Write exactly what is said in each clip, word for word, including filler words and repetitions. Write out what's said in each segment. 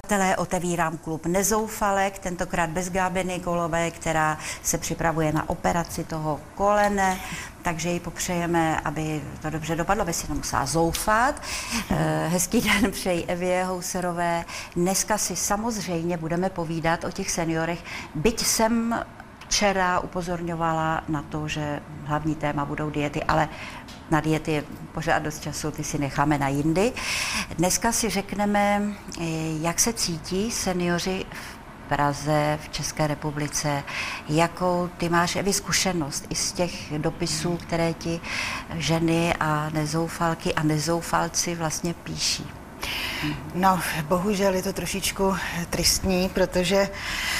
Přátelé, otevírám klub Nezoufalek, tentokrát bez Gáby Nikolové, která se připravuje na operaci toho kolene, takže jí popřejeme, aby to dobře dopadlo, aby si nemusela zoufat. Hezký den přeji Evě Houserové. Dneska si samozřejmě budeme povídat o těch seniorech, byť jsem včera upozorňovala na to, že hlavní téma budou diety, ale na diety je pořád dost času, ty si necháme na jindy. Dneska si řekneme, jak se cítí seniori v Praze, v České republice, jakou ty máš, Evi, zkušenost i z těch dopisů, které ti ženy a nezoufalky a nezoufalci vlastně píší. No, bohužel je to trošičku tristní, protože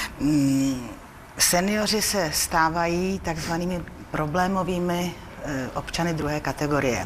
mm, seniori se stávají takzvanými problémovými občany druhé kategorie.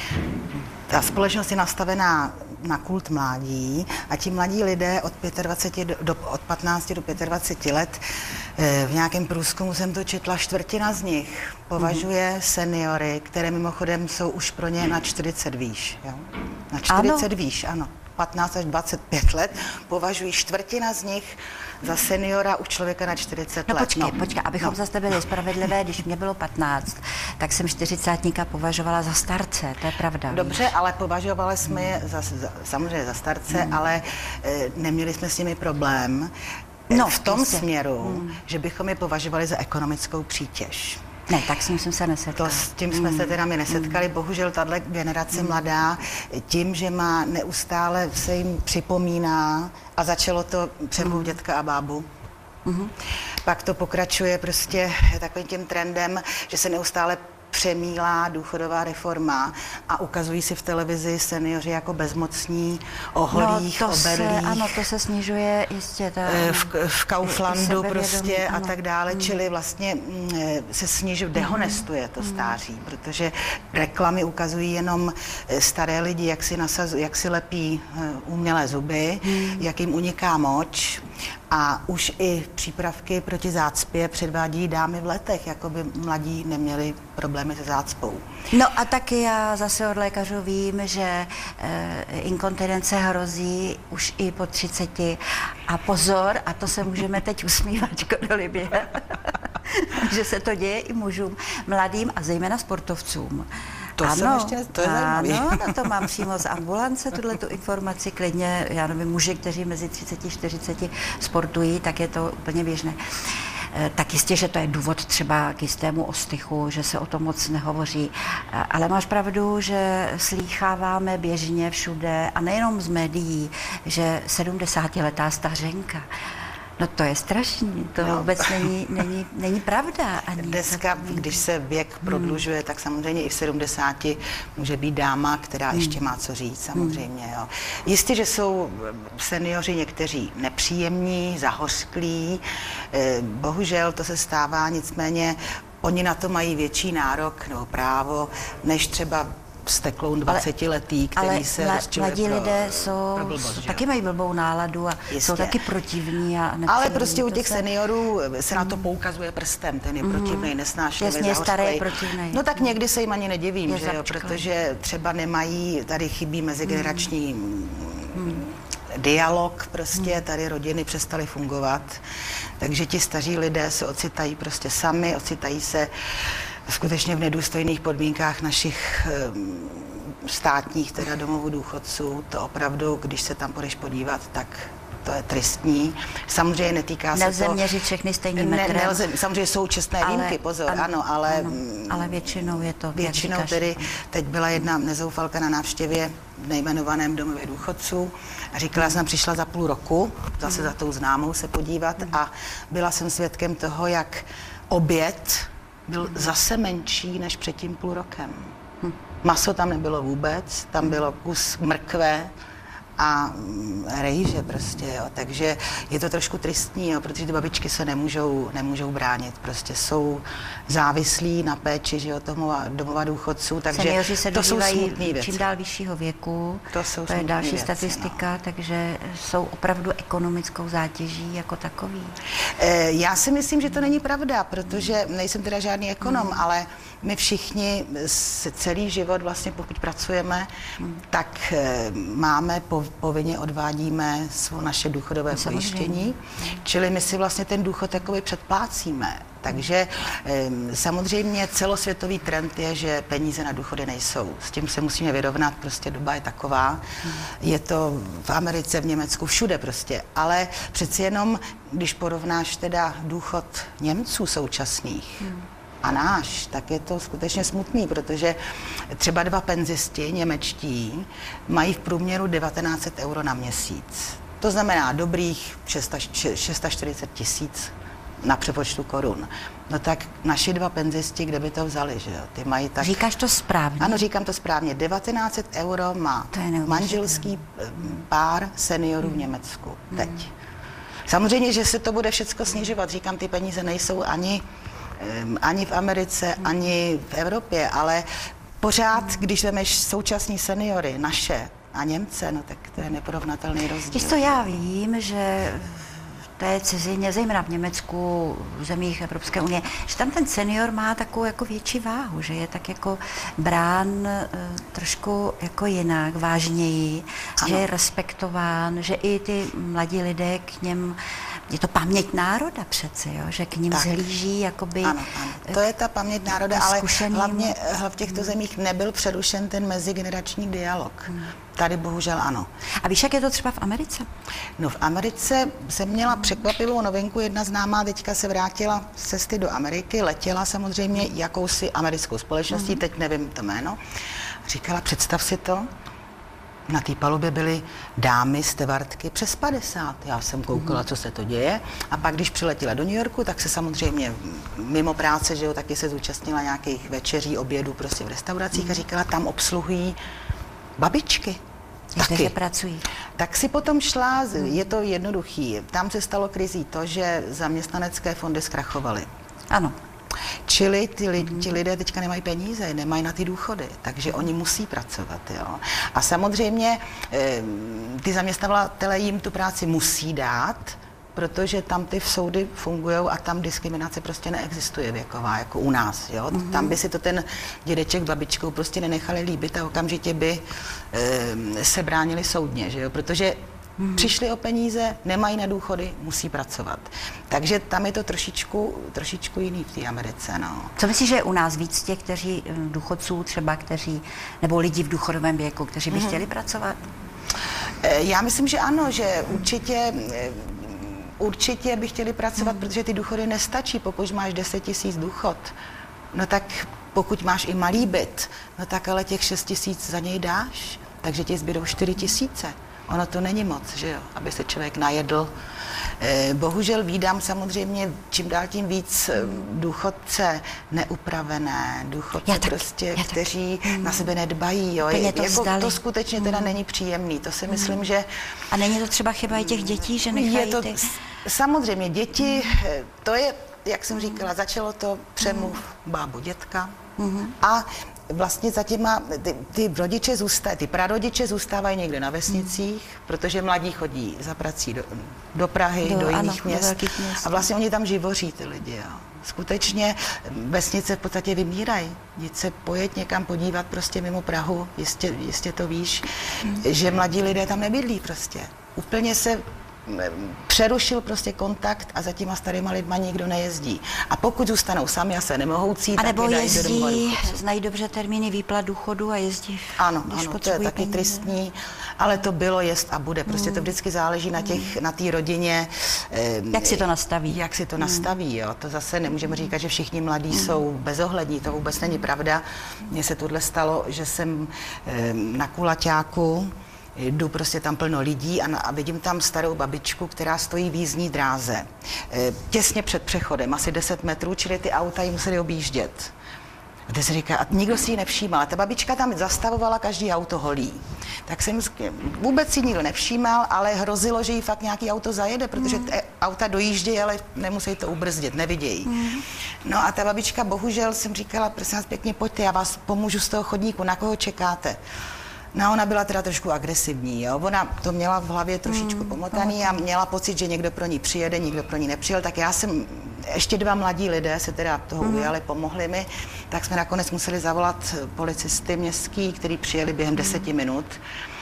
Ta společnost je nastavená na kult mládí a ti mladí lidé od, dvaceti pěti do, od patnácti do dvaceti pěti let, v nějakém průzkumu jsem to četla, čtvrtina z nich považuje mm-hmm. seniory, které mimochodem jsou už pro ně na čtyřicet výš. Jo? Na čtyřicet ano. výš, ano. patnáct až dvacet pět let považují čtvrtina z nich za seniora u člověka na čtyřicet no, let. Počkej, no počkej, abychom no. zase byli spravedlivé, když mě bylo patnáct, tak jsem čtyřicátníka považovala za starce, to je pravda. Dobře, víš? ale považovali jsme je za, za, samozřejmě za starce, hmm. ale e, neměli jsme s nimi problém no, v tom jistě. směru, hmm. že bychom je považovali za ekonomickou přítěž. Ne, tak s ním jsem se nesetkala. To, s tím jsme mm. se teda my nesetkali. Mm. Bohužel tahle generace mm. mladá, tím, že má neustále se jim připomíná a začalo to přemluv mm. dětka a bábu. Mm. Pak to pokračuje prostě takovým tím trendem, že se neustále přemílá důchodová reforma a ukazují si v televizi seniori jako bezmocní, oholých, no, to obedlých. Se, ano, to se snižuje jistě. Ta, v, v Kauflandu prostě a tak dále, hmm. čili vlastně se snižuje, dehonestuje to stáří, protože reklamy ukazují jenom staré lidi, jak si, nasazují, jak si lepí umělé zuby, hmm. jak jim uniká moč. A už i přípravky proti zácpě předvádí dámy v letech, jako by mladí neměli problémy se zácpou. No a taky já zase od lékařů vím, že e, inkontinence hrozí už i po třiceti. A pozor, a to se můžeme teď usmívat škodolibě, že se to děje i mužům, mladým a zejména sportovcům. To ano, jsem ještě, to je zajímavý. Ano, no to mám přímo z ambulance, tuto informaci klidně, já nevím, muži, kteří mezi třiceti a čtyřiceti sportují, tak je to úplně běžné. E, tak jistě, že to je důvod třeba k jistému ostychu, že se o tom moc nehovoří, e, ale máš pravdu, že slýcháváme běžně všude, a nejenom z médií, že sedmdesátiletá stařenka. No to je strašný, to no. vůbec není, není, není pravda. Ani dneska, když se věk prodlužuje, hmm. tak samozřejmě i v sedmdesáti může být dáma, která hmm. ještě má co říct, samozřejmě. Jo. Jistě, že jsou seniori někteří nepříjemní, zahořklí, bohužel to se stává, nicméně oni na to mají větší nárok nebo právo, než třeba vzteklou dvacetiletý, který ale se rozčiluje mladí pro, lidé jsou, pro blbost, taky mají blbou náladu a Jistě. jsou taky protivní. A ale prostě u těch se... seniorů se na to poukazuje prstem, ten je mm. protivnej, nesnášlivý, Jasně, starý protivnej. No tak někdy se jim ani nedivím, je že jo, protože třeba nemají, tady chybí mezigenerační mm. dialog, prostě tady rodiny přestaly fungovat, takže ti staří lidé se ocitají prostě sami, ocitají se skutečně v nedůstojných podmínkách našich um, státních teda domovů důchodců. To opravdu, když se tam půjdeš podívat, tak to je tristní. Samozřejmě netýká nelze se to... Nelze měřit všechny stejným metrem. Ne, nelze, samozřejmě jsou čestné ale, výjimky, pozor, ano, ano ale... Ano, ale většinou je to, Většinou tedy, teď byla jedna nezoufalka na návštěvě v nejmenovaném domově důchodců a říkala, mm. jsem přišla za půl roku, zase mm. za tou známou se podívat mm. a byla jsem svědkem toho, jak oběd byl zase menší než před tím půl rokem. Hm. Maso tam nebylo vůbec, tam bylo kus mrkve a rejže prostě, jo. Takže je to trošku tristní, jo, protože ty babičky se nemůžou, nemůžou bránit, prostě jsou závislí na péči, že jo, domova, domova důchodců, takže seniori se to jsou smutný věci. Čím dál vyššího věku, to, jsou to je další věci, statistika, no. Takže jsou opravdu ekonomickou zátěží jako takový. E, já si myslím, že to není pravda, protože nejsem teda žádný ekonom, mm. ale my všichni celý život vlastně, pokud pracujeme, mm. tak e, máme povinnost povinně odvádíme svou naše důchodové pojištění, čili my si vlastně ten důchod jakoby předplácíme. Takže samozřejmě celosvětový trend je, že peníze na důchody nejsou. S tím se musíme vyrovnat, prostě doba je taková. Je to v Americe, v Německu, všude prostě. Ale přeci jenom, když porovnáš teda důchod Němců současných a náš, tak je to skutečně smutný, protože třeba dva penzisti němečtí mají v průměru devatenáct set euro na měsíc. To znamená dobrých šest set čtyřicet tisíc na přepočtu korun. No tak naši dva penzisti, kde by to vzali, že jo? Ty mají tak... Říkáš to správně? Ano, říkám to správně. devatenáct set euro má manželský pár seniorů v Německu teď. Hmm. Samozřejmě, že se to bude všecko snižovat. Říkám, ty peníze nejsou ani, ani v Americe, hmm. ani v Evropě, ale pořád, hmm. když vemeš současní seniory, naše a Němce, no tak to je neporovnatelný rozdíl. Víš co, já vím, že v té cizině, zejména v Německu, v zemích Evropské unie, že tam ten senior má takovou jako větší váhu, že je tak jako brán e, trošku jako jinak, vážněji, ano. Že je respektován, že i ty mladí lidé k něm, je to paměť národa přece, jo, že k ním tak. Zhlíží jakoby... Ano, ano, to je ta paměť národa, ale zkušeným... hlavně v těchto zemích nebyl přerušen ten mezigenerační dialog. Hmm. Tady bohužel ano. A víš, jak je to třeba v Americe? No v Americe jsem měla překvapivou novinku, jedna známá teďka se vrátila z cesty do Ameriky, letěla samozřejmě jakousi americkou společností, mm. teď nevím to jméno, říkala, představ si to, na té palubě byly dámy, stevardky přes padesát. Já jsem koukala, co se to děje. A pak, když přiletěla do New Yorku, tak se samozřejmě mimo práce, že jo, taky se zúčastnila nějakých večeří, obědů prostě v restauracích a říkala, tam obsluhují babičky. Taky pracují. Tak si potom šla, je to jednoduchý. Tam se stalo krizí to, že zaměstnanecké fondy zkrachovaly. Ano. Čili ty lidi, ti lidé teďka nemají peníze, nemají na ty důchody, takže oni musí pracovat. Jo. A samozřejmě ty zaměstnavatelé jim tu práci musí dát, protože tam ty soudy fungují a tam diskriminace prostě neexistuje věková, jako u nás. Jo? Mm-hmm. Tam by si to ten dědeček babičkou prostě nenechali líbit a okamžitě by e, se bránili soudně, že jo? Protože mm-hmm. přišli o peníze, nemají na důchody, musí pracovat. Takže tam je to trošičku, trošičku jiný v té Americe. No. Co myslíš, že je u nás víc těch, kteří důchodců třeba, kteří, nebo lidi v důchodovém věku, kteří by mm-hmm. chtěli pracovat? E, já myslím, že ano, že určitě... Určitě by chtěli pracovat, hmm. protože ty důchody nestačí, pokud máš deset tisíc důchod. No tak pokud máš i malý byt, no tak ale těch šest tisíc za něj dáš, takže ti zbydou čtyři tisíce. Ono to není moc, že jo, aby se člověk najedl. Eh, bohužel vídám samozřejmě čím dál tím víc důchodce neupravené, důchodce já tak, prostě, já kteří tak. na sebe nedbají. Jo. Je, to, jako, to skutečně teda není příjemný, to si myslím, že... A není to třeba chyba i těch dětí, že nechají je to, ty... Samozřejmě, děti, to je, jak jsem říkala, začalo to přemluv bábu, dětka mm. a vlastně za těma, ty, ty rodiče zůstávají, ty prarodiče zůstávají někde na vesnicích, mm. protože mladí chodí za prací do, do Prahy, do, do jiných ano, měst, do měst a vlastně oni tam živoří ty lidi. Jo. Skutečně vesnice v podstatě vymírají. Jít se pojet někam podívat prostě mimo Prahu, jistě, jistě to víš, mm. že mladí lidé tam nebydlí prostě. Úplně se přerušil prostě kontakt a za těma starýma lidma nikdo nejezdí. A pokud zůstanou sami a se nemohoucí, tak je dají do domova důchodců. Znají dobře termíny výplat důchodu a jezdí. Ano, ano, to je taky peníze. Tristní, ale to bylo, jest a bude. Prostě to vždycky záleží na těch, na té rodině. Jak si to nastaví. Jak si to nastaví, jo. To zase nemůžeme říkat, že všichni mladí jsou bezohlední, to vůbec není pravda. Mně se tohle stalo, že jsem na kulaťáku jdu prostě tam plno lidí a, na, a vidím tam starou babičku, která stojí v jízdní dráze. E, těsně před přechodem, asi deset metrů, čili ty auta jí museli objíždět. Kde se říká, a nikdo si ji nevšímal. Ta babička tam zastavovala každý auto holí. Tak jsem vůbec si nikdo nevšímal, ale hrozilo, že jí fakt nějaký auto zajede, protože mm. auta dojíždějí, ale nemusí to ubrzdit, nevidějí. Mm. No a ta babička, bohužel, jsem říkala, prosím vás pěkně, pojďte, já vás pomůžu z toho chodníku, na koho čekáte? No, ona byla teda trošku agresivní, jo. Ona to měla v hlavě trošičku mm, pomotaný a měla pocit, že někdo pro ní přijede, někdo pro ní nepřijel, tak já jsem, ještě dva mladí lidé se teda toho mm. ujali, pomohli mi, tak jsme nakonec museli zavolat policisty městský, který přijeli během deseti minut.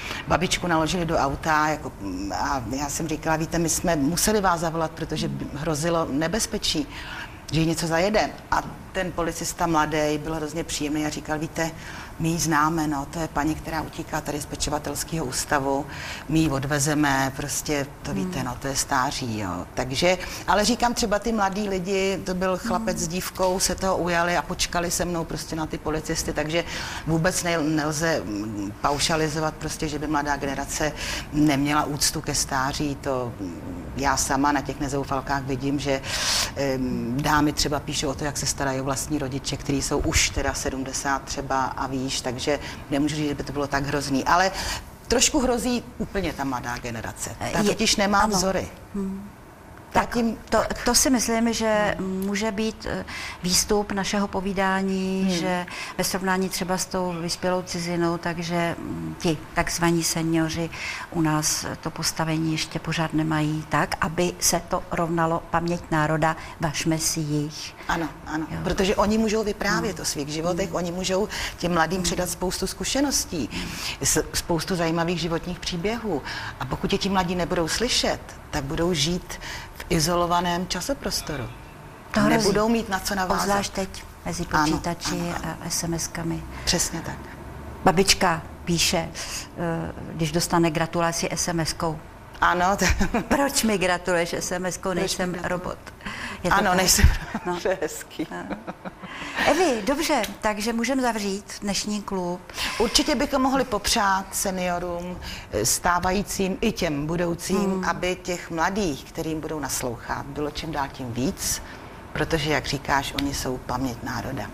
babičku naložili do auta jako, a já jsem říkala, víte, my jsme museli vás zavolat, protože hrozilo nebezpečí, že jí něco zajede. A ten policista mladý byl hrozně příjemný a říkal, víte, my ji známe, no, to je paní, která utíká tady z pečovatelského ústavu, my ji odvezeme, prostě to hmm. víte, no, to je stáří, jo. Takže, ale říkám, třeba ty mladí lidi, to byl chlapec hmm. s dívkou, se toho ujali a počkali se mnou prostě na ty policisty, takže vůbec ne, nelze paušalizovat prostě, že by mladá generace neměla úctu ke stáří, to já sama na těch nezoufalkách vidím, že um, dámy třeba píšou o to, jak se starají o vlastní rodiče, kteří jsou už teda sedmdesát třeba a víš, takže nemůžu říct, že by to bylo tak hrozný, ale trošku hrozí úplně ta mladá generace. Ta totiž nemá ano. vzory. Hmm. Tak to, to si myslím, že může být výstup našeho povídání, hmm. že ve srovnání třeba s tou vyspělou cizinou, takže ti takzvaní seniori u nás to postavení ještě pořád nemají tak, aby se to rovnalo paměť národa, vašme si jich. Ano, ano, jo. Protože oni můžou vyprávět hmm. o svých životech, hmm. oni můžou těm mladým předat spoustu zkušeností, spoustu zajímavých životních příběhů. A pokud je ti mladí nebudou slyšet, tak budou žít v izolovaném časoprostoru. To nebudou mít na co navázat. Obzvlášť teď mezi počítači ano, ano, ano. a es em eskami. Přesně tak. Babička píše, když dostane gratulaci es em eskou. Ano. To... Proč mi gratuluješ es em eskou, nejsem robot? Je to ano, tak? nejsem robot. No. To je hezký. No. Evi, dobře, takže můžeme zavřít dnešní klub. Určitě bychom mohli popřát seniorům, stávajícím i těm budoucím, hmm. aby těch mladých, kterým budou naslouchat, bylo čím dál tím víc, protože, jak říkáš, oni jsou paměť národa.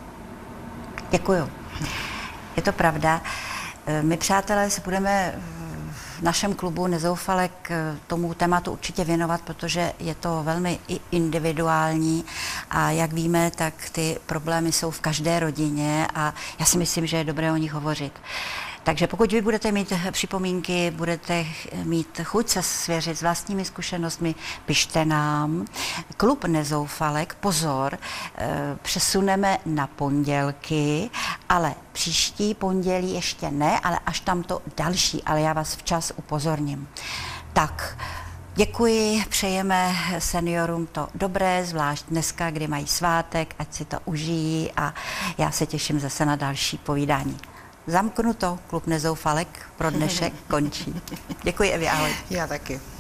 Děkuju. Je to pravda. My, přátelé, se budeme v našem klubu Nezoufale k tomu tématu určitě věnovat, protože je to velmi individuální a jak víme, tak ty problémy jsou v každé rodině a já si myslím, že je dobré o nich hovořit. Takže pokud vy budete mít připomínky, budete mít chuť se svěřit s vlastními zkušenostmi, pište nám. Klub Nezoufalek, pozor, přesuneme na pondělky, ale příští pondělí ještě ne, ale až tam to další, ale já vás včas upozorním. Tak, děkuji, přejeme seniorům to dobré, zvlášť dneska, kdy mají svátek, ať si to užijí a já se těším zase na další povídání. Zamknuto, klub Nezoufalek pro dnešek končí. Děkuji, Evi, ahoj. Já taky.